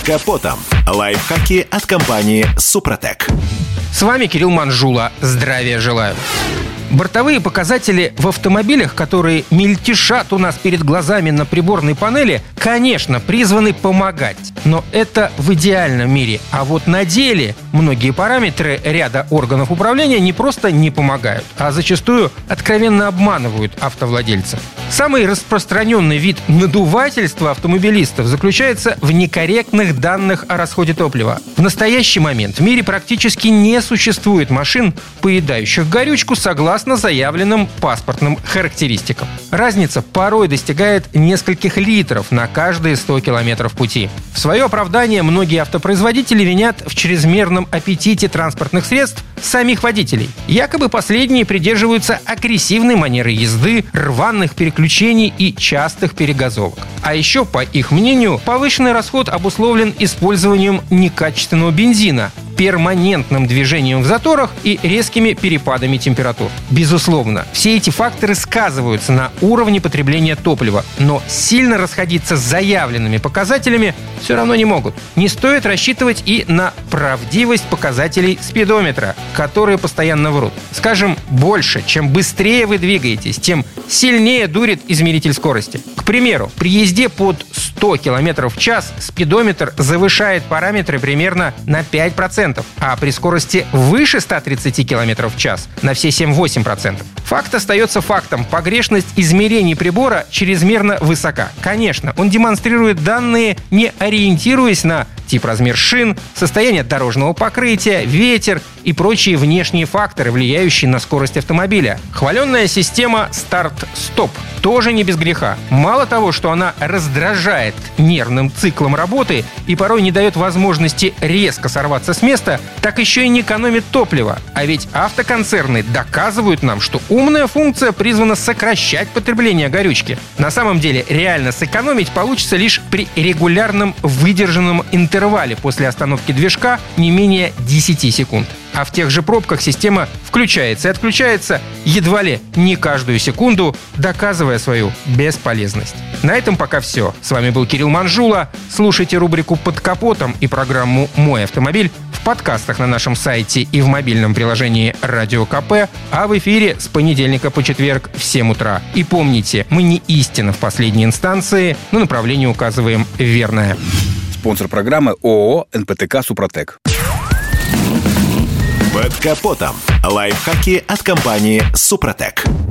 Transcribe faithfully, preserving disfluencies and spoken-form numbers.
капотом. Лайфхаки от компании «Супротек». С вами Кирилл Манжула. Здравия желаю. Бортовые показатели в автомобилях, которые мельтешат у нас перед глазами на приборной панели, конечно, призваны помогать. Но это в идеальном мире. А вот на деле многие параметры ряда органов управления не просто не помогают, а зачастую откровенно обманывают автовладельцев. Самый распространенный вид надувательства автомобилистов заключается в некорректных данных о расходе топлива. В настоящий момент в мире практически не существует машин, поедающих горючку согласно заявленным паспортным характеристикам. Разница порой достигает нескольких литров на каждые сто километров пути. В свое оправдание многие автопроизводители винят в чрезмерном аппетите транспортных средств самих водителей. Якобы последние придерживаются агрессивной манеры езды, рваных переключений и частых перегазовок. А еще, по их мнению, повышенный расход обусловлен использованием некачественного бензина, перманентным движением в заторах и резкими перепадами температур. Безусловно, все эти факторы сказываются на уровне потребления топлива, но сильно расходиться с заявленными показателями все равно не могут. Не стоит рассчитывать и на правдивость показателей спидометра, которые постоянно врут. Скажем, больше, чем быстрее вы двигаетесь, тем сильнее дурит измеритель скорости. К примеру, при езде под сто километров в час спидометр завышает параметры примерно на пять процентов, а при скорости выше ста тридцати километров в час на все семь-восемь процентов. Факт остается фактом. Погрешность измерений прибора чрезмерно высока. Конечно, он демонстрирует данные, не ориентируясь на тип, размер шин, состояние дорожного покрытия, ветер и прочие внешние факторы, влияющие на скорость автомобиля. Хваленная система старт-стоп тоже не без греха. Мало того, что она раздражает нервным циклом работы и порой не дает возможности резко сорваться с места, так еще и не экономит топливо. А ведь автоконцерны доказывают нам, что умная функция призвана сокращать потребление горючки. На самом деле, реально сэкономить получится лишь при регулярном выдержанном интервале после остановки движка не менее десяти секунд. А в тех же пробках система включается и отключается едва ли не каждую секунду, доказывая свою бесполезность. На этом пока все. С вами был Кирилл Манжула. Слушайте рубрику «Под капотом» и программу «Мой автомобиль» в подкастах на нашем сайте и в мобильном приложении Радио КП, а в эфире с понедельника по четверг в семь утра. И помните, мы не истина в последней инстанции, но направление указываем верное. Спонсор программы ООО «эн пэ тэ ка Супротек». Под капотом. Лайфхаки от компании «Супротек».